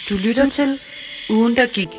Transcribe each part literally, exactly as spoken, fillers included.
Du lytter til Ugen, der gik.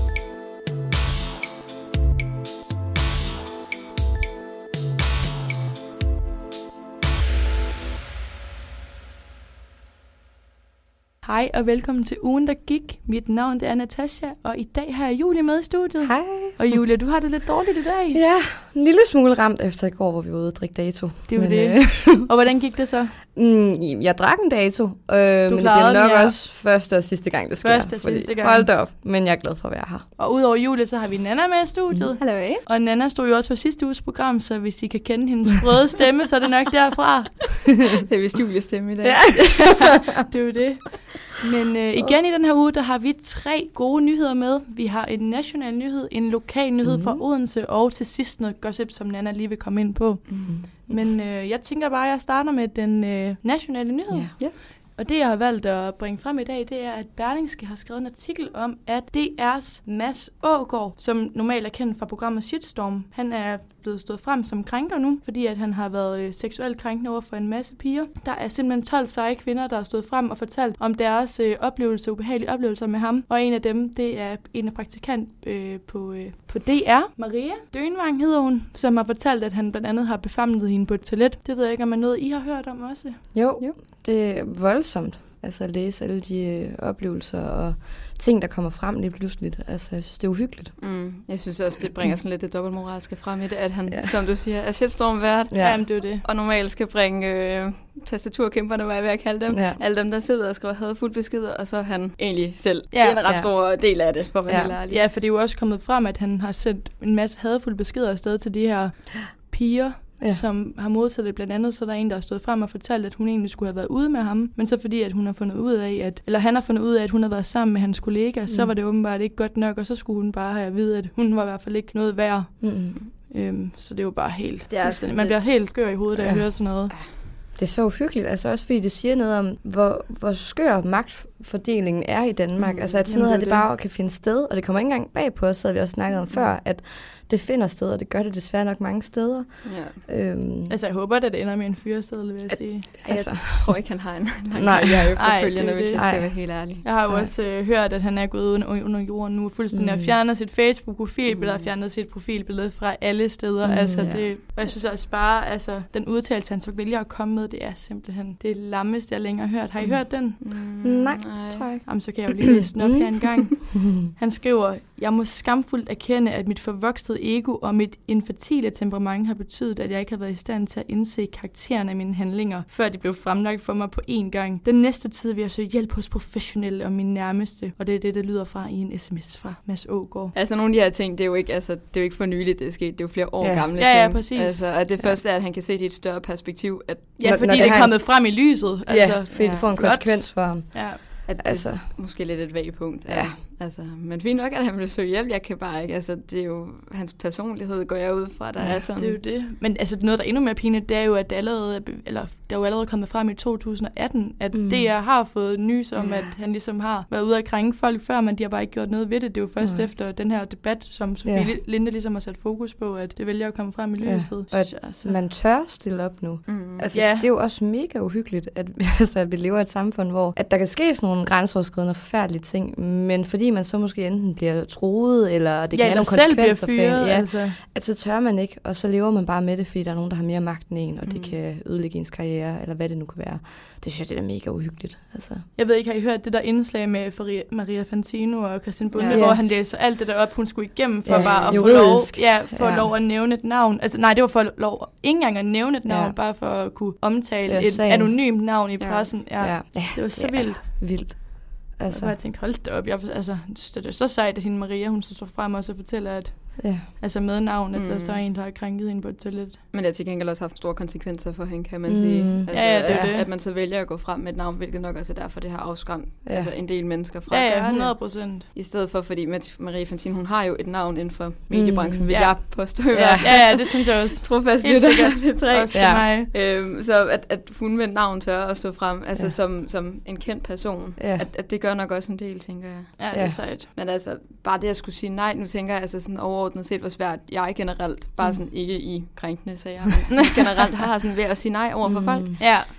Hej og velkommen til Ugen, der gik. Mit navn det er Natasha, og i dag har jeg Julie med i studiet. Hej. Og Julie, du har det lidt dårligt i dag. Ja, en lille smule ramt efter i går, hvor vi var ude og drikke dato. Det er jo men, det. Øh, og hvordan gik det så? mm, jeg drak en dato, øh, men det bliver nok den, ja. også første og sidste gang, det sker. Første og sidste gang. Hold da op, men jeg er glad for at være her. Og udover Julie, så har vi Nana med i studiet. Mm. Hallo. Og Nana stod jo også for sidste uges program, så hvis I kan kende hendes røde stemme, så er det nok derfra. Det er vist Julies stemme i dag. Ja. Det er jo det. Men øh, igen i den her uge, der har vi tre gode nyheder med. Vi har en national nyhed, en lokal nyhed mm. fra Odense, og til sidst noget gossip, som Nana lige vil komme ind på. Mm. Men øh, jeg tænker bare, at jeg starter med den øh, nationale nyhed. Yeah. Yes. Og det, jeg har valgt at bringe frem i dag, det er, at Berlingske har skrevet en artikel om, at D R's Mads Aagaard, som normalt er kendt fra programmet Shitstorm, han er blevet stået frem som krænker nu, fordi at han har været øh, seksuelt krænkende over for en masse piger. Der er simpelthen tolv seje kvinder, der har stået frem og fortalt om deres øh, oplevelser, ubehagelige oplevelser med ham. Og en af dem, det er en af praktikant øh, på, øh, på D R, Maria Dønvang hedder hun, som har fortalt, at han blandt andet har befamlet hende på et toilet. Det ved jeg ikke, om er noget, I har hørt om også. Jo, jo. Det er voldsomt, altså at læse alle de øh, oplevelser og ting, der kommer frem lige pludselig. Altså, jeg synes, det er uhyggeligt. Mm. Jeg synes også, det bringer sådan lidt det dobbeltmoralske frem i det, at han, ja. som du siger, er shitstorm-vært. Ja, jamen, det er det. Og normalt skal bringe øh, tastaturkæmperne, hvad jeg vil kalde dem. Ja. Alle dem, der sidder og skriver hadfulde beskeder, og så er han egentlig selv ja. en ret ja. stor del af det, for at være ja. helt ærlig. Ja, for det er jo også kommet frem, at han har sendt en masse hadfulde beskeder afsted til de her piger, ja. som har modtaget det. Blandt andet, så der er en, der har stået frem og fortalt, at hun egentlig skulle have været ude med ham, men så fordi, at hun har fundet ud af, at, eller han har fundet ud af, at hun har været sammen med hans kollega, mm. så var det åbenbart ikke godt nok, og så skulle hun bare have at vide, at hun var i hvert fald ikke noget værd. Mm. Øhm, så det er jo bare helt fuldstændig. Man bliver helt skør i hovedet, da jeg ja. hører sådan noget. Det er så uhyggeligt, altså også fordi det siger noget om, hvor, hvor skør magtfordelingen er i Danmark. Mm. Altså at sådan noget her, det bare kan finde sted, og det kommer ikke engang bag på os, så havde vi også snakket om mm. før, at det finder sted, og det gør det desværre nok mange steder. Ja. Øhm, altså, jeg håber, at det ender med en fyreseddel, vil jeg at, sige. Altså, jeg tror ikke, han har en lang karriere efterfølgende, hvis jeg skal Ej. være helt ærlig. Jeg har jo Ej. også øh, hørt, at han er gået under, under jorden nu, fuldstændig mm. har fjernet sit Facebook-profilbillede, mm. har fjernet sit profilbillede fra alle steder. Mm, altså, ja. det, og jeg synes også bare, altså, den udtalelse, han så vælger at komme med, det er simpelthen det lammeste, jeg længere har hørt. Har I mm. hørt den? Mm. Nej, tror jeg ikke. Jamen, så kan jeg jo lige læse den op her en gang. Han skriver, jeg må skamfuldt erkende, at mit forvoksede ego og mit infantile temperament har betydet, at jeg ikke har været i stand til at indse karakteren af mine handlinger, før de blev fremlagt for mig på én gang. Den næste tid vil jeg søge hjælp hos professionelle og mine nærmeste, og det er det, der lyder fra i en sms fra Mads Aagaard. Altså nogle af de her ting, det er jo ikke, altså, det er jo ikke for nyligt, det er sket. Det er jo flere år ja. gamle ja, ja, ting. præcis. Altså, at det første er, at han kan se det i et større perspektiv. At ja, fordi når det, det er kommet frem i lyset. Altså, ja, fordi ja. det får en konsekvens for ham. Ja. At altså. det er måske lidt et vagpunkt. Ja. Altså, men fint nok, at han vil søge hjælp. Jeg kan bare ikke. Altså, det er jo hans personlighed, går jeg ud fra, der ja, er sådan. Det er jo det. Men altså, noget, der er endnu mere pinligt, det er jo, at det allerede, eller, der er jo allerede kommet frem i to tusind atten, at mm. D R har fået nys om, ja. at han ligesom har været ude at krænge folk før, men de har bare ikke gjort noget ved det. Det er jo først mm. efter den her debat, som Sofie ja. Linde ligesom har sat fokus på, at det vælger at komme frem i lyset. Ja. Og at altså. man tør stille op nu. Mm. Altså, ja. det er jo også mega uhyggeligt, at, altså, at vi lever i et samfund, hvor at der kan ske sådan nogle grænseoverskridende og forfærdelige ting, men fordi man så måske enten bliver truet, eller det kan ja, have nogle konsekvenser for en, ja, altså. at så tør man ikke, og så lever man bare med det, fordi der er nogen, der har mere magt end en, og mm. det kan ødelægge ens karriere, eller hvad det nu kan være. Det synes jeg, det er mega uhyggeligt. Altså. Jeg ved ikke, har I hørt det der indslag med Maria Fantino og Christian Bonde, ja. hvor han læser alt det der op, hun skulle igennem for ja, bare at juridisk. få lov, ja, for ja. lov at nævne et navn. Altså nej, det var for lov ikke engang at nævne et navn, ja. bare for at kunne omtale ja, et sagen. anonymt navn i pressen. Ja. Ja. Ja. Det var så ja. vildt. Vildt. Altså. Og jeg tænkte, hold da op. Jeg, altså, det er så sejt, at hende Maria, hun så står frem og så fortæller, at ja. altså med navn, at mm. der så er en, der har krænket hende på et toilet. Men det har til gengæld også haft store konsekvenser for hende, kan man mm. sige. Altså, ja, ja, det er at, det. At man så vælger at gå frem med et navn, hvilket nok også er derfor, det har afskræmt ja. altså, en del mennesker fra ja, at ja, gøre det. hundrede procent. I stedet for, fordi Maria Fantino, hun har jo et navn inden for mediebranchen, mm. vil ja. jeg påstå. Ja. ja, ja, det synes jeg også. Trofast lytter af P tre. Også ja. mig. Øhm, så at, at hun med et navn tør at stå frem, altså ja. som, som en kendt person, ja. at, at det gør nok også en del, tænker jeg. Ja, det er sejt. Men altså, bare det at skulle sige nej, nu tænker jeg altså sådan overordnet set, hvor svært jeg generelt, bare sådan ikke i krænkende sager, men generelt har sådan ved at sige nej over for folk. Ja.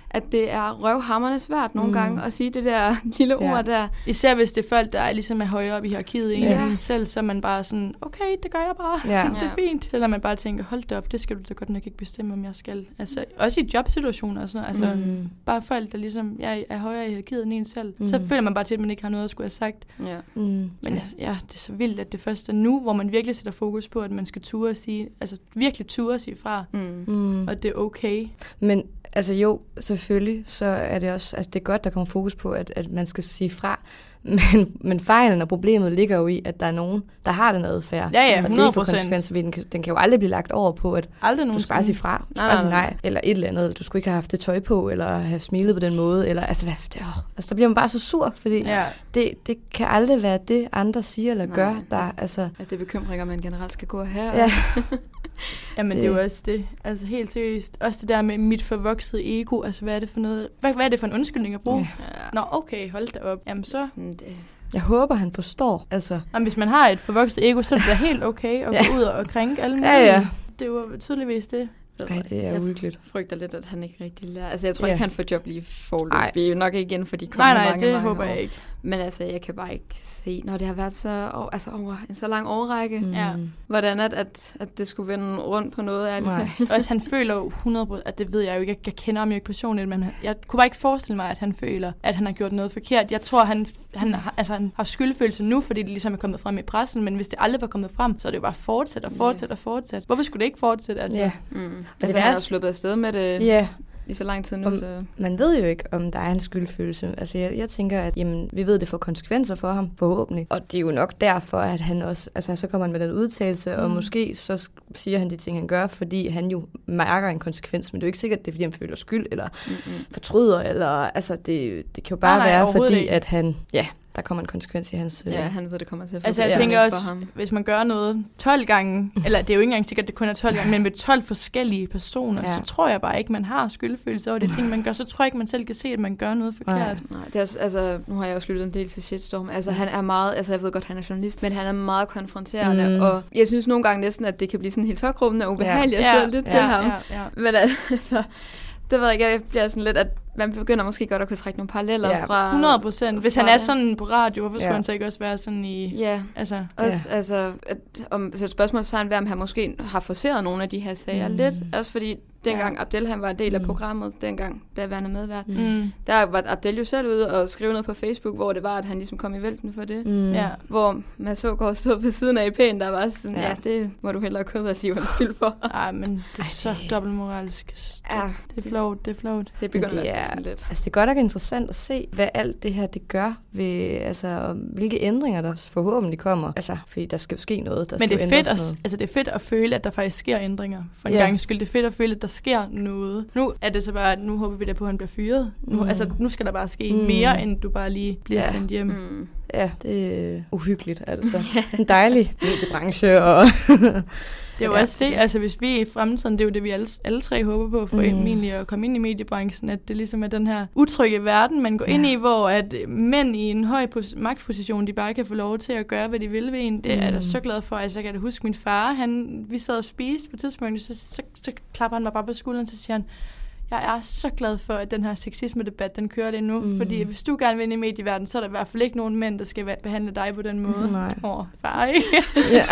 at det er røvhamrende svært nogle mm. gange at sige det der lille ja. ord der. Især hvis det er folk, der er ligesom er højere op i hierarkiet i ja. en selv, så er man bare sådan, okay, det gør jeg bare. Ja. Det er fint. Selvom man bare tænker, hold da op, det skal du da godt nok ikke bestemme, om jeg skal. Altså, også i jobsituationer og sådan noget. Altså, mm. bare folk, der ligesom jeg er højere i hierarkiet end en selv. Mm. Så føler man bare til, at man ikke har noget at skulle have sagt. Ja. Mm. Men ja, ja, det er så vildt, at det først er nu, hvor man virkelig sætter fokus på, at man skal ture og sige, altså virkelig ture og sige fra. Mm. Mm. Og det er okay. Men altså jo, selvfølgelig, så er det også, altså det er godt, der kommer fokus på, at, at man skal sige fra. Men, men fejlen og problemet ligger jo i, at der er nogen, der har den adfærd. Ja, ja, hundrede procent. Og det er for konsekvenser. Den, den kan jo aldrig blive lagt over på, at du skal bare sige fra, du skal bare sige nej, eller et eller andet. Du skulle ikke have haft det tøj på, eller have smilet på den måde. Eller, altså, hvad, det, åh, altså, der bliver man bare så sur, fordi ja. det, det kan aldrig være det, andre siger eller nej, gør. Der, altså, at det er bekymringer, man generelt skal gå her. Ja. Jamen, det. det er jo også det. Altså, helt seriøst. Også det der med mit forvoksede ego. Altså, hvad er det for noget? Hvad, hvad er det for en undskyldning at bruge? Ja. Nå, okay, hold da op. Jamen, så... Jeg håber, han forstår. Altså. Jamen, hvis man har et forvokset ego, så er det da helt okay at ja. gå ud og krænke alle mulige. Ja, ja. Det er jo tydeligvis det. Nej, det er uhyggeligt. Jeg frygter lidt, at han ikke rigtig lærer. Altså, jeg tror ja. ikke, han får job lige forløb. Vi er jo nok ikke igen for de kommende mange, mange Nej, nej, det håber år. jeg ikke. Men altså, jeg kan bare ikke se, når det har været så, altså, over en så lang årrække, mm. ja. hvordan at, at, at det skulle vende rundt på noget ærligt talt. Og altså, han føler jo hundrede procent, at det ved jeg jo ikke, jeg kender ham jo ikke personligt, men han, jeg kunne bare ikke forestille mig, at han føler, at han har gjort noget forkert. Jeg tror, han, han, altså, han har skyldfølelse nu, fordi det ligesom er kommet frem i pressen, men hvis det aldrig var kommet frem, så er det jo bare fortsæt og fortsæt og fortsæt. Hvorfor skulle det ikke fortsætte? Altså? Ja. Mm. Altså, han har sluppet afsted med det. Ja. I så lang tid nu, om, så... Man ved jo ikke, om der er en skyldfølelse. Altså, jeg, jeg tænker, at jamen, vi ved, det får konsekvenser for ham, forhåbentlig. Og det er jo nok derfor, at han også... Altså, så kommer han med den udtalelse, mm. og måske så siger han de ting, han gør, fordi han jo mærker en konsekvens. Men det er jo ikke sikkert, at det er, fordi han føler skyld, eller mm-hmm. fortryder, eller... Altså, det, det kan jo bare nej, nej, være, fordi ikke. At han... Ja, der kommer en konsekvens i hans... Ja, han ved, det kommer til at få altså, jeg tænker også, ham. Hvis man gør noget tolv gange, eller det er jo ikke engang sikkert, at det kun er tolv gange, men med tolv forskellige personer, ja. Så tror jeg bare ikke, man har skyldfølelse over det ting, man gør. Så tror jeg ikke, man selv kan se, at man gør noget forkert. Nej, Nej det er også, altså, nu har jeg også lyttet en del til Shitstorm. Altså, han er meget... Altså, jeg ved godt, han er journalist, men han er meget konfronterende, mm. og jeg synes nogle gange næsten, at det kan blive sådan helt tokrummende og ubehageligt ja. at sidde lidt ja. til ja, ham. Ja, ja. Men altså... Det ved jeg ikke, jeg bliver sådan lidt, at man begynder måske godt at kunne trække nogle paralleller ja, fra... hundrede procent. Hvis han er sådan på radio, hvorfor skulle ja. han så ikke også være sådan i... Ja, altså, også, ja. altså at, om, så et spørgsmål så han, om han måske har forceret nogle af de her sager mm. lidt. Også fordi dengang ja. Abdel han var en del af programmet, dengang der var medvært, mm. der var Abdel jo selv ude og skrev noget på Facebook, hvor det var, at han ligesom kom i vælten for det. Mm. Ja. Hvor Mads Aagaard stod ved siden af i pæn, der var sådan, ja, ja det må du hellere gå ud og sige undskyld for. Nej, men det er så dobbeltmoralsk. Ja. Det er flot, det er flot. Det begynder det er, sådan lidt. Altså det er godt nok interessant at se, hvad alt det her det gør ved, altså hvilke ændringer der forhåbentlig kommer. Altså, fordi der skal ske noget, der men skal det er fedt at, altså det er fedt at føle, at der faktisk sker ændringer. For en ja. gang skyld, det er fedt at føle, at der sker noget. Nu er det så bare, nu håber vi da på, at han bliver fyret. Nu, mm. altså, nu skal der bare ske mm. mere, end du bare lige bliver ja. sendt hjem. Mm. Ja, det er uhyggeligt, altså. En dejlig mediebranche. Og det er jo også det, altså hvis vi i fremtiden, det er jo det, vi alle, alle tre håber på, for mm. egentlig at komme ind i mediebranchen, at det ligesom er den her utrygge verden, man går ja. ind i, hvor at mænd i en høj pos- magtposition, de bare kan få lov til at gøre, hvad de vil ved en. Det mm. er jeg da så glad for. Altså jeg kan da huske min far, han, vi sad og spiste på et tidspunkt, så, så, så klapper han mig bare på skulderen, så siger han, jeg er så glad for, at den her sexisme-debat, den kører lige nu. Mm. Fordi hvis du gerne vil ind i medieverdenen, så er der i hvert fald ikke nogen mænd, der skal behandle dig på den måde. Nej. Åh, far, ikke? Ja.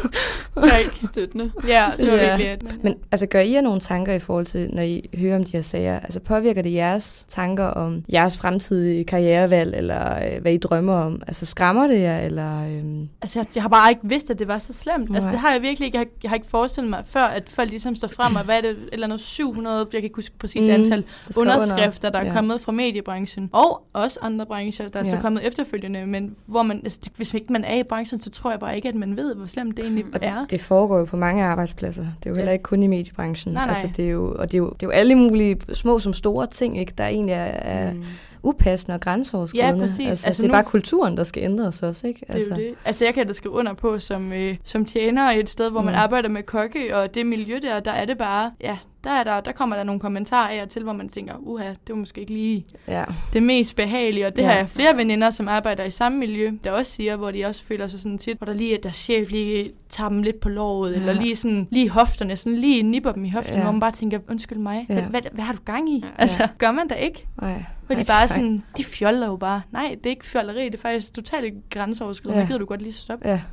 Så støttende. Ja, det var ja. virkelig. Men, Men altså, gør I jer nogle tanker i forhold til, når I hører om de her sager? Altså, påvirker det jeres tanker om jeres fremtidige karrierevalg, eller øh, hvad I drømmer om? Altså, skræmmer det jer, eller... Øh... Altså, jeg, jeg har bare ikke vidst, at det var så slemt. Nej. Altså, det har jeg virkelig ikke. Jeg har, jeg har ikke forestillet mig før, at folk ligesom står frem, og hvad er det, eller noget syv hundrede, jeg kan ikke huske præcis mm. antal underskrifter, der er ja. kommet fra mediebranchen, og også andre brancher, der er ja. så kommet efterfølgende, men hvor man, altså, hvis ikke man er i branchen, så tror jeg bare ikke, at man ved, hvor slemt det egentlig og er. Det foregår jo på mange arbejdspladser. Det er jo heller ikke kun i mediebranchen. Nej, nej. Altså, det er jo, og det er, jo, det er jo alle mulige små som store ting, ikke, der egentlig er, er mm. upassende og grænseoverskridende. Ja, præcis. Altså, altså, det er nu, bare kulturen, der skal ændres også, ikke? Det altså. er jo det. Altså, jeg kan da skrive under på som, øh, som tjener i et sted, hvor mm. man arbejder med kokke, og det miljø der, der er det bare, ja, der, er der, der kommer der nogle kommentarer af og til, hvor man tænker, uha, det var måske ikke lige ja. det mest behagelige. Og det Ja. har jeg flere veninder, som arbejder i samme miljø, der også siger, hvor de også føler sig sådan tit, hvor der lige er deres chef lige tager dem lidt på låret, ja. eller lige sådan, lige hofterne, sådan lige nipper dem i hofterne, ja. hvor man bare tænker, undskyld mig, ja. hvad, hvad, hvad har du gang i? Ja. Altså, gør man da ikke? Nej. Hvor de bare sådan, de fjoller jo bare. Nej, det er ikke fjolleri, det er faktisk totalt grænseoverskridende. Ja. Gider du godt lige stoppe? Ja.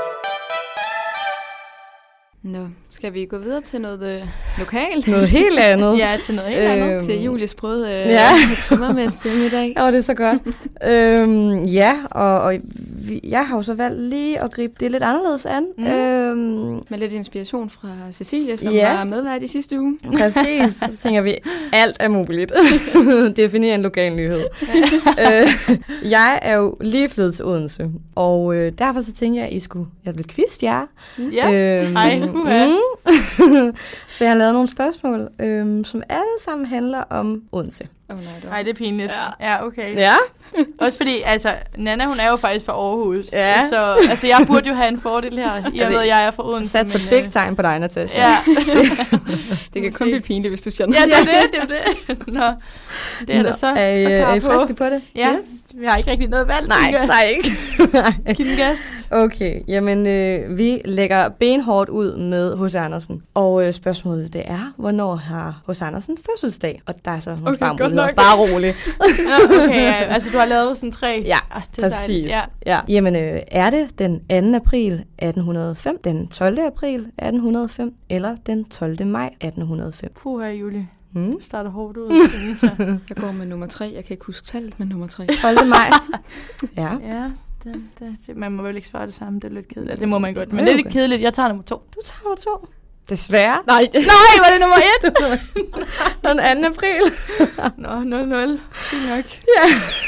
Nå, skal vi gå videre til noget øh, lokalt? Noget helt andet. Ja, til noget helt andet. Øhm, til Julies prøvede øh, ja. trommer med en stemme i dag. Åh, det er så godt. øhm, ja, og, og vi, jeg har jo så valgt lige at gribe det lidt anderledes an. Mm. Øhm, med lidt inspiration fra Cecilie, som ja. var medvært i sidste uge. Præcis. Så tænker vi, alt er muligt. Definere en lokal nyhed. øh, jeg er jo lige flyttet til Odense, og øh, derfor så tænker jeg, at I skulle, jeg vil quizze jer. Ja, øhm, ej, uha. Mm. Så jeg har lavet nogle spørgsmål, øhm, som alle sammen handler om Odense. Oh, nej, det, Ej, det er pinligt. Ja, ja okay. Ja. Også fordi, altså, Nana, hun er jo faktisk fra Aarhus. Ja. Så altså, jeg burde jo have en fordel her, i og med, at jeg er fra Odense. Sat så men, big øh, time på dig, Natasha. Ja. det kan kun blive pinligt, hvis du siger Ja, det er det, det er det. Nå, det er Nå, da så, er, I, så klar er I på. friske på det? Ja, Yes. vi har ikke rigtig noget valg. Nej, nej ikke. Giv den gas. Okay, jamen øh, vi lægger benhårdt ud med H C Andersen. Og øh, spørgsmålet det er, hvornår har H C Andersen fødselsdag? Og der er så nogle Okay, svarmuligheder. Bare rolig. Ja, okay, ja, altså du har lavet sådan tre. Ja, ah, det er præcis. dejligt. Ja. Ja. Jamen, øh, er det den anden april atten hundrede og fem, den tolvte april atten hundrede og fem, eller den tolvte maj atten hundrede og fem? Puh her, Julie. Hmm? Du starter hårdt ud. Så. Jeg går med nummer tre. Jeg kan ikke huske tallet, men nummer tre. tolvte maj. Ja. Ja, det, det, det, man må vel ikke svare det samme. Det er lidt kedeligt. Det må man godt, men Okay. det er lidt kedeligt. Jeg tager nummer to. Du tager nummer to. Desværre. Nej. Nej, var det nummer et? Den anden april. Nå, nul nul. Fint nok. Ja.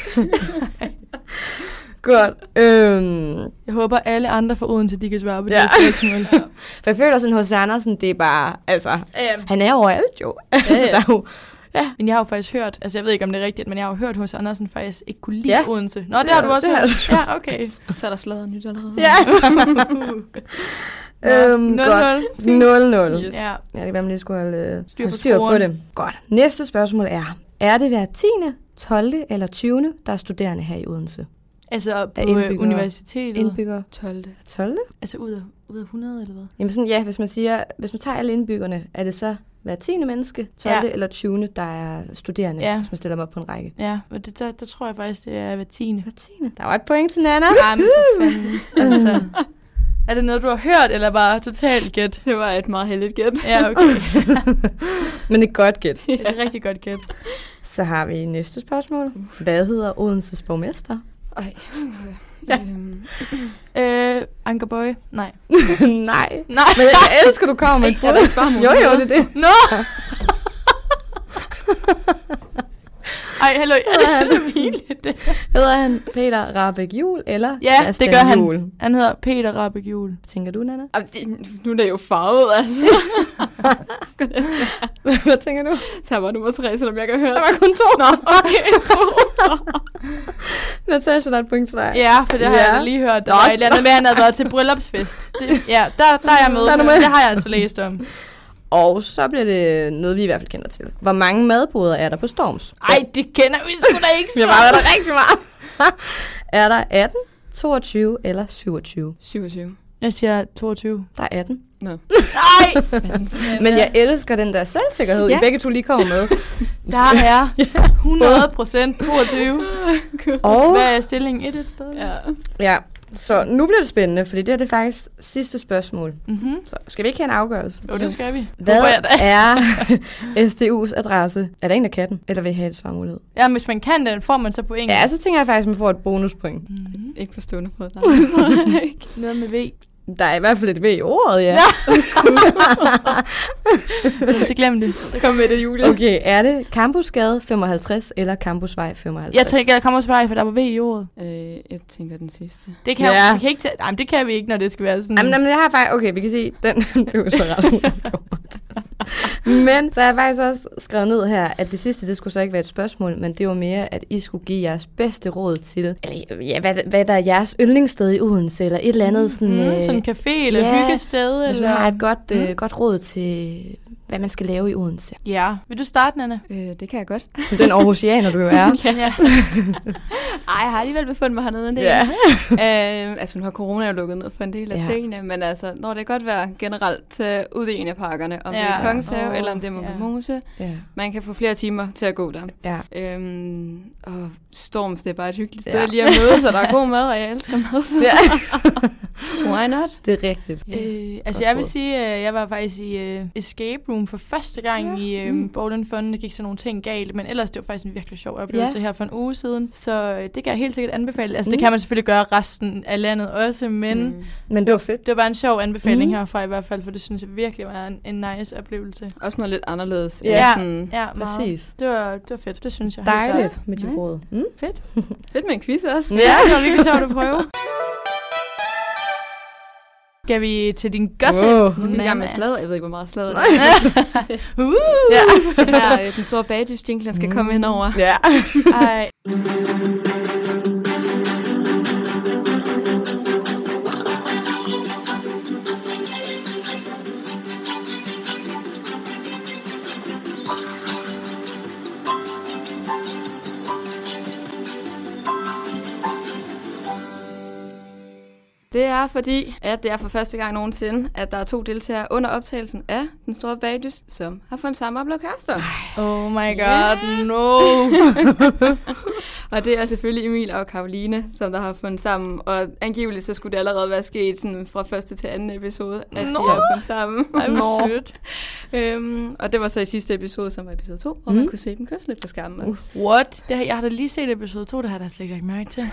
Godt. Øhm, Jeg håber, alle andre fra Odense, de kan svare på Ja. det spørgsmål. for jeg føler sådan, H C Andersen, det er bare, altså, Um, han er overalt jo. Altså, ja. der er jo ja, men jeg har jo faktisk hørt, altså jeg ved ikke, om det er rigtigt, men jeg har jo hørt, H C Andersen faktisk ikke kunne lide Ja. Odense. Nå, det har du også Det har hørt. Ja, okay. Så er der sladret nyt allerede. Ja. øhm, nul godt. nul. nul nul. Yes. Ja. Jeg kan være, lige skulle holde øh, Styr på holde styr på scoren. det. Godt. Næste spørgsmål er, er det hver tiende, tolvte eller tyvende, der er studerende her i Odense? Altså på Af øh, indbyggere. universitetet. Indbyggere. tolvte. tolvte? Altså ud af, ud af hundrede, eller hvad? Jamen sådan, ja, hvis man siger, hvis man tager alle indbyggerne, er det så hver tiende menneske, tolvte Ja. eller tyvende, der er studerende, Ja. hvis man stiller dem op på en række? Ja, og det, der, der tror jeg faktisk, det er hver tiende. Hver tiende. Der var et point til Nana. Ej, men for fanden. Altså, er det noget, du har hørt, eller bare totalt gæt? Det var et meget heldigt gæt. Ja, okay. Men et godt gæt. Det er et rigtig godt gæt. Så har vi næste spørgsmål. Hvad hedder Odenses borgmester? Ej. Ja. Øhm, Øh, Anker Boy? Nej. Nej. Nej. Men jeg elsker, du kommer med et er der et svar? Jo, jo, det er det. Nå! Ej, hallo, ja, det er så pinligt. Det. Hedder han Peter Rahbæk Juhl eller Ja, det Christian gør han. Juhl? Han hedder Peter Rahbæk Juhl. Hvad tænker du, Nana? Ej, det, nu er det jo farvet, altså. Skal det Hvad tænker du? så var nummer tre, selvom jeg kan høre. Der var kun to. Nå, okay. Natasha, der er et point til dig. Ja, for det har Ja. jeg da lige hørt. Der Nå, var et eller andet med, at han havde været til bryllupsfest. Det, ja, der, der er jeg med. Der er du Det med. har jeg altså læst om. Og så bliver det noget, vi i hvert fald kender til. Hvor mange madboder er der på Storms? Ej, det kender vi sgu da ikke. Vi har bare været der rigtig meget. Er der atten, toogtyve eller syvogtyve? syvogtyve. Jeg siger toogtyve. Der er atten. Nå. Nej! Men jeg elsker den der selvsikkerhed, ja. Ja. I begge to lige kommer med. Der er hundrede procent toogtyve. Og Hvad er stillingen? Et et sted? Ja. ja, så nu bliver det spændende, fordi det er det faktisk sidste spørgsmål. Mhm. Så skal vi ikke have en afgørelse? Jo, det skal vi. Hvad Håber jeg da. er S D U's adresse? Er der en, der kan den? Eller vil I have et svarmulighed? Ja, hvis man kan den, får man så point. Ja, så tænker jeg faktisk, at man får et bonuspoint. Mhm. Ikke forstående på dig. Noget med V. Der er i hvert fald et V i ordet, ja. Så glem det. Så kom med det, Julie. Okay, er det Campusgade femoghalvtreds eller Campusvej femoghalvtreds? Jeg tænker, jeg kommer også vej, for der var V i ordet. Øh, jeg tænker den sidste. Det kan, Ja. ja. vi kan ikke tage, jamen, det kan vi ikke, når det skal være sådan. Jamen, jamen, jeg har faktisk... Okay, vi kan se, den det er jo så ret. Men så har jeg faktisk også skrevet ned her, at det sidste, det skulle så ikke være et spørgsmål, men det var mere, at I skulle give jeres bedste råd til, eller ja, hvad, hvad der er jeres yndlingssted i Odense, eller et eller andet sådan... Mm, øh, sådan en café eller ja, hyggested. hvis Eller... man har et godt, øh, Mm. godt råd til hvad man skal lave i Odense. Ja. Vil du starte, Nanna? Øh, det kan jeg godt. Som den Aarhusianer, du jo er. Ja. Ej, jeg har alligevel befundet mig hernede en del. Ja. øh, altså, nu har corona jo lukket ned for en del af Ja. tingene, men altså, når det kan godt være generelt til ude i en af parkerne, om ja. det er Kongens Have, Oh, eller om det er Munke ja. Mose. Ja. Man kan få flere timer til at gå der. Ja. Øhm, og Storms, det er bare et hyggeligt sted Ja. lige at møde, så der er god mad, og jeg elsker mad. Så. Ja. Why not? Det er rigtigt. Øh, altså jeg vil sige, at jeg var faktisk i uh, Escape Room for første gang ja. i um, Bowling Fun. Der gik så nogle ting galt, men ellers det var faktisk en virkelig sjov oplevelse ja. her for en uge siden. Så uh, det kan jeg helt sikkert anbefale. Altså mm. det kan man selvfølgelig gøre resten af landet også, men, mm. men det var fedt. Det var bare en sjov anbefaling mm. herfra i hvert fald, for det synes jeg virkelig var en, en nice oplevelse. Også noget lidt anderledes. Ja, sådan, ja præcis. Det var, det var fedt, det synes jeg. Dejligt med de råd. Mm. Fedt. Fedt med en quiz også. Ja, det var virkelig sjovt at prøve. Skal vi til din gossip? Wow. Skal vi i gang med sladder? Jeg ved ikke, hvor meget sladder det er. uh! Ja. Her, den store bagdys-jingle skal mm. komme ind over. Ja. Ej. Det er fordi, at det er for første gang nogensinde, at der er to deltagere under optagelsen af Den Store Bagdys, som har fundet sammen og blevet kærester. Oh my god, yeah. no! Og det er selvfølgelig Emil og Karoline, som der har fundet sammen. Og angiveligt så skulle det allerede være sket sådan fra første til anden episode, at no. de har fundet sammen. Ej, hvor sødt. øhm, og det var så i sidste episode, som var episode to, hvor mm. man kunne se dem kysse lidt på skærmen. Uh, what? Det har, jeg har da lige set episode to, der har jeg da slet ikke lagt mærke til.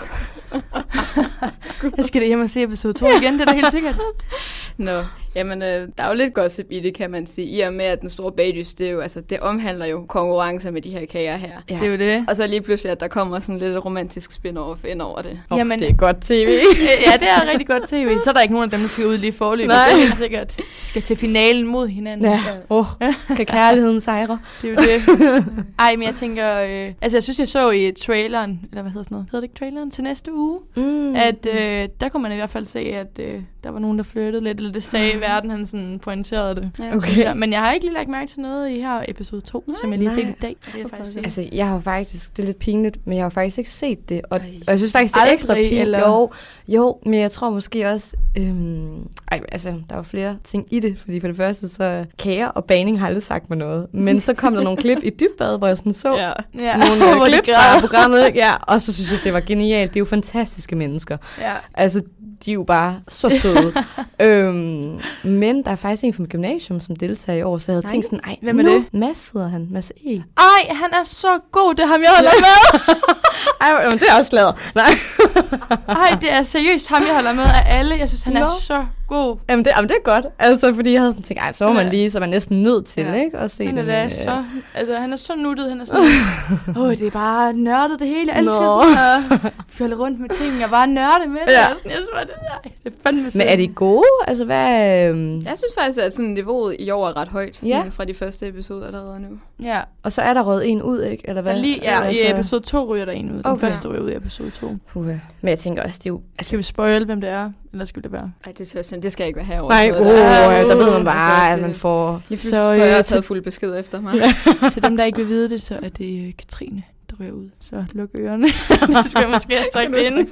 Jeg skal da hjem og se episode to igen, det er da helt sikkert. Nå, jamen øh, der er jo lidt gossip i det, kan man sige. I og med, at Den Store Bagdys, det, er jo, altså, det omhandler jo konkurrencer med de her kager her. Ja. Det er jo det. Og så lige pludselig, at der kommer sådan lidt romantisk spin-off ind over det. Oh, jamen, det er godt tv. Ja, det er rigtig godt tv. Så er der ikke nogen af dem, der skal ud lige forløbet. Det er helt sikkert. Skal til finalen mod hinanden. Ja, oh, kan kærligheden sejre? Det er jo det. Ej, men jeg tænker... Øh, altså, jeg synes, jeg så i traileren, eller hvad hedder sådan noget? Hedder det ikke traileren til næste uge? Mm. At øh, der kunne man i hvert fald se, at øh, der var nogen, der flyttede lidt, eller det sagde i verden, han sådan pointerede det. Ja, okay. Ja, men jeg har ikke lige lagt mærke til noget i her episode to, nej, som jeg lige har set i dag. Det er faktisk altså, jeg har faktisk, det er lidt pinligt, men jeg har faktisk ikke set det. Og, og jeg synes faktisk, det er ekstra pinligt. Eller... Jo, jo, men jeg tror måske også... Øhm, ej, altså, der var flere ting i det, fordi for det første, så kager og baning har aldrig sagt mig noget. Men så kom der nogle klip i Dybbad, hvor jeg sådan så ja. Ja. nogle uh, klip fra programmet. Ja, og så synes jeg, det var genialt. Det er jo fantastiske mennesker. Ja. Altså, de er jo bare så søde. øhm, men der er faktisk en fra mit gymnasium, som deltager i år, så jeg havde nej. tænkt sådan, ej, hvem er det? Mads hedder han, Mads E. Ej, han er så god, det er ham, jeg holder med. Ej, men det er også lavet. Nej. Ej, det er seriøst ham, jeg holder med af alle. Jeg synes, han er no. så god. Jamen det, jamen, det er godt. Altså, fordi jeg havde sådan tænkt, ej, så var man lige, så man næsten nødt til, ja. ikke? At se han er den, da øh... så, altså, han er så nuttet, han er sådan, åh, oh, det er bare nørdet det hele. Jeg elsker sådan at fjolle rundt med ting, og bare nørde med det. Ja. Jeg synes bare, det, nej, det er fandme sådan. Men er de gode? Altså, hvad... Øhm... Jeg synes faktisk, at sådan, niveauet i år er ret højt, sådan, ja. fra de første episoder allerede nu. Ja. Og så er der røget en ud, ikke? Eller hvad? Lige, ja, altså... i episode to ryger der en ud. Den okay. første ryger ud i episode to. Puh. Men jeg tænker også, det er jo... Altså... Skal vi spoil, hvem det er? Eller skulle det være? Nej, det tør jeg det skal ikke være herovre. Nej, åh, oh, der, der ved man bare, altså, at man får... Lige pludselig får jeg taget fuld besked efter mig. Til dem, der ikke vil vide det, så er det Katrine, der ryger ud. Så luk ørerne. Det skal jeg måske have sagt inden.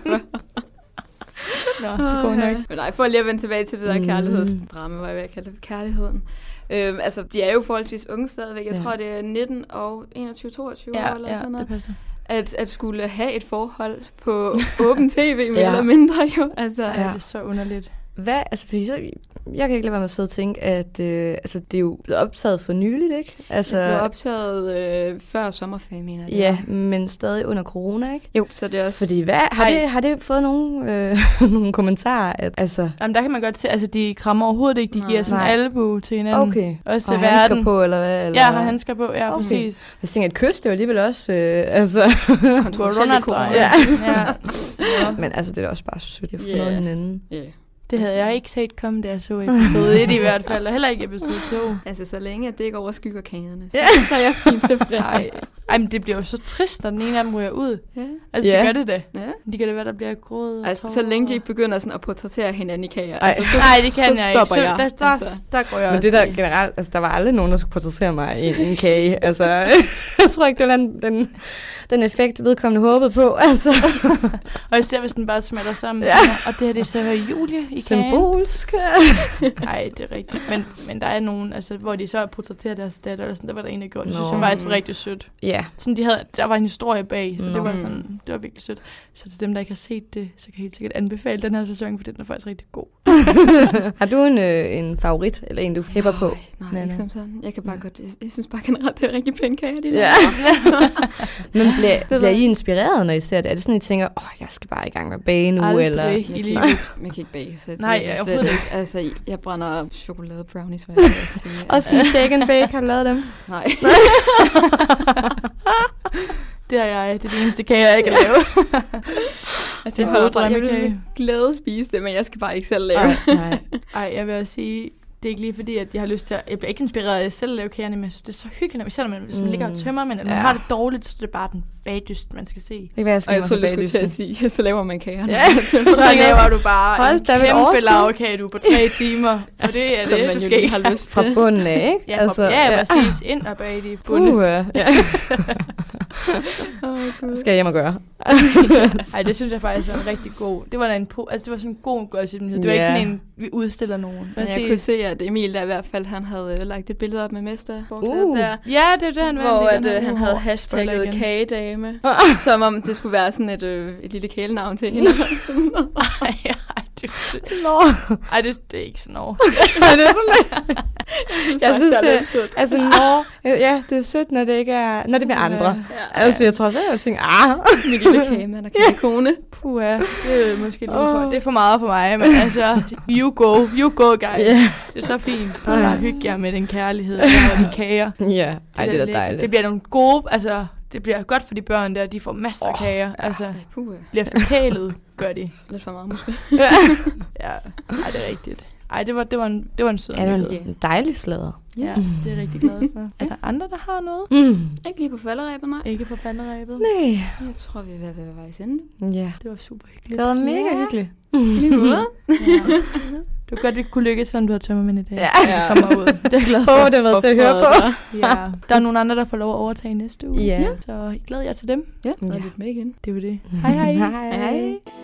Nå, det går nok. Men nej, for lige at vende tilbage til det der kærlighedsdrama, hvor jeg vil kalde det kærligheden. Øhm, altså, de er jo forholdsvis unge stadigvæk. Jeg ja. tror, det er nitten og enogtyve toogtyve ja, år eller ja, sådan noget. Det passer. At, at skulle have et forhold på åben tv, mere ja. eller mindre jo. Altså, ja, det er så underligt. Hvad, altså, fordi så, jeg kan ikke lade være med at sidde og tænke, at øh, altså, det er jo blevet optaget for nyligt, ikke? Altså, det blev optaget øh, før sommerferien, mener jeg. Ja, men stadig under corona, ikke? Jo, så det er også... Fordi hvad, har, det, har det fået nogle, øh, nogle kommentarer? At, altså... Jamen, der kan man godt se, altså de krammer overhovedet ikke, de nej, giver sådan en albu til hinanden. Okay, også og handsker verden. på, eller hvad? Eller? Ja, har handsker på, ja, okay. præcis. Hvis jeg tænker, et kys, det er jo alligevel også, øh, altså... Kontrollerende corona. Ja. Ja. Ja. Men altså, det er også bare sødt, at få yeah. noget hinanden. Ja. Yeah. Det havde jeg ikke set komme, da jeg så episode et i hvert fald, og heller ikke episode to. Altså, så længe at det ikke overskygger kagerne, så, Ja. så er jeg fint tilfreds. Ej, ej, men det bliver jo så trist, når den ene af dem ryger ud. Ja. Altså, Ja. det gør det da. Ja. De kan da være, der bliver gråd og Altså, så tårer. længe de ikke begynder sådan at portrættere hinanden i kager. Ej. Altså, så, Nej, det kan så jeg ikke. stopper Så, jeg. der, der, altså. der går jeg Men også det der i. generelt, altså der var aldrig nogen, der skulle portrættere mig i en kage. Altså, jeg tror ikke, det var den, den, den effekt, vedkommende håbede på. Altså, Og især hvis den bare smelter sammen. Ja. Sådan, og det her, det er så Julie i kagen. symbolsk. Nej, det er rigtigt. Men, men der er nogen, altså, hvor de så portrætterer deres datter, eller sådan, der var der en, der gjorde det. Det synes Nå. jeg faktisk var rigtig sødt. Ja. Sådan, de havde, der var en historie bag, så Nå. det var sådan, det var virkelig sødt. Så til dem, der ikke har set det, så kan jeg helt sikkert anbefale den her sæson, for den er faktisk rigtig god. Har du en, øh, en favorit, eller en, du hæpper på? Nej, nej, Nej, ikke nej. som sådan. Jeg kan bare godt, jeg, jeg synes bare generelt, det er rigtig pæne kager, de der. Ja. Men bliver, Ved bliver I inspireret, når I ser det? Er det sådan, I tænker, åh, oh, jeg skal bare i gang med at bage nu, Aldrig. eller? I Jeg kan, livet. ikke, jeg kan ikke bage, så det Nej, er jeg slet overhovedet ikke. Altså, jeg brænder chokolade brownies, hvad jeg vil sige. Og sådan shake and bake, har du lavet dem? Nej. Det er jeg. Det er det eneste kage, jeg ikke kan lave. Altså, jeg jeg, holder bare, jeg drømmekage. vil glæde spise det, men jeg skal bare ikke selv lave. Nej, nej. Ej, jeg vil også sige, det er ikke lige fordi, at jeg har lyst til at... Jeg bliver ikke inspireret af at selv lave kagerne, men jeg synes, det er så hyggeligt, når vi ser, man, hvis man Mm. ligger og tømmer, men eller man Ja. har det dårligt, så er det bare den bagdyst, man skal se. Det kan være, jeg skal Og jeg mig troede, du tilbage skulle til at sige, så laver man kager. Ja. Så laver du bare Hold en da ved kæmpe overskud. lavkage, du på tre timer. Og det er Som det, man du jo skal lige har lyst fra til. bunden af, ikke? Ja, altså, ja, ja, præcis. Ind og bag de bunde. Uh, ja. Det skal jeg hjem og gøre. Ej, det synes jeg faktisk er en rigtig god. Det var da en po- altså det var sådan en god gossip. Det var Ja. ikke sådan en, vi udstiller nogen. Men jeg kunne se, at Emil der i hvert fald, han havde øh, lagt et billede op med mester. Uh. Der, Ja, det er det, han hvor vandt at, igen. øh, han havde Uh, spoiler hashtagget igen. kagedame. Som om det skulle være sådan et, øh, et lille kælenavn til hende. Ej, ej, det, Nå. ej det, det er ikke sådan over. Er det sådan, jeg synes, det det er er, lidt sødt. altså, når, ja, det er sødt, når det ikke er, når det er med andre. Ja. Altså, jeg tror så, jeg tænker, ah. Min lille kagemand og kagekone. Puh, ja, det er måske lige for, det er for meget for mig, men altså, you go, you go, guys. Yeah. Det er så fint. Bare hygge jer med den kærlighed og de kager. Ja, ej, det er da lækkert. dejligt. Det bliver nogle gode, altså, det bliver godt for de børn der, de får masser af Åh, kager. Altså, Puh, bliver forkælet, gør de. lidt for meget måske. Ja, Ja, ej, det er rigtigt. Ej, det var, det var en, det var en sød ja det var nyhed. en, en dejlig sladder. Ja, det er jeg rigtig glad for. Er der andre, der har noget? Mm. Ikke lige på falderæbet, nej. Ikke på fanderæbet. Nej. Jeg tror, vi er ved at være vejs ende. Ja. Det var super hyggeligt. Det var mega Ja. hyggeligt. Lige måde. Ja. Det var godt, vi kunne lykkes, selvom du har tømmermænd i dag. Ja. Ja. Kommer ud. Det er jeg glad for. Åh, det har været til at høre på. Ja. Der er nogle andre, der får lov at overtage næste uge. Ja. Så glæder jeg til dem. Ja, Ja. og lidt med igen. Det var det. Hej hej. Hej. Hej.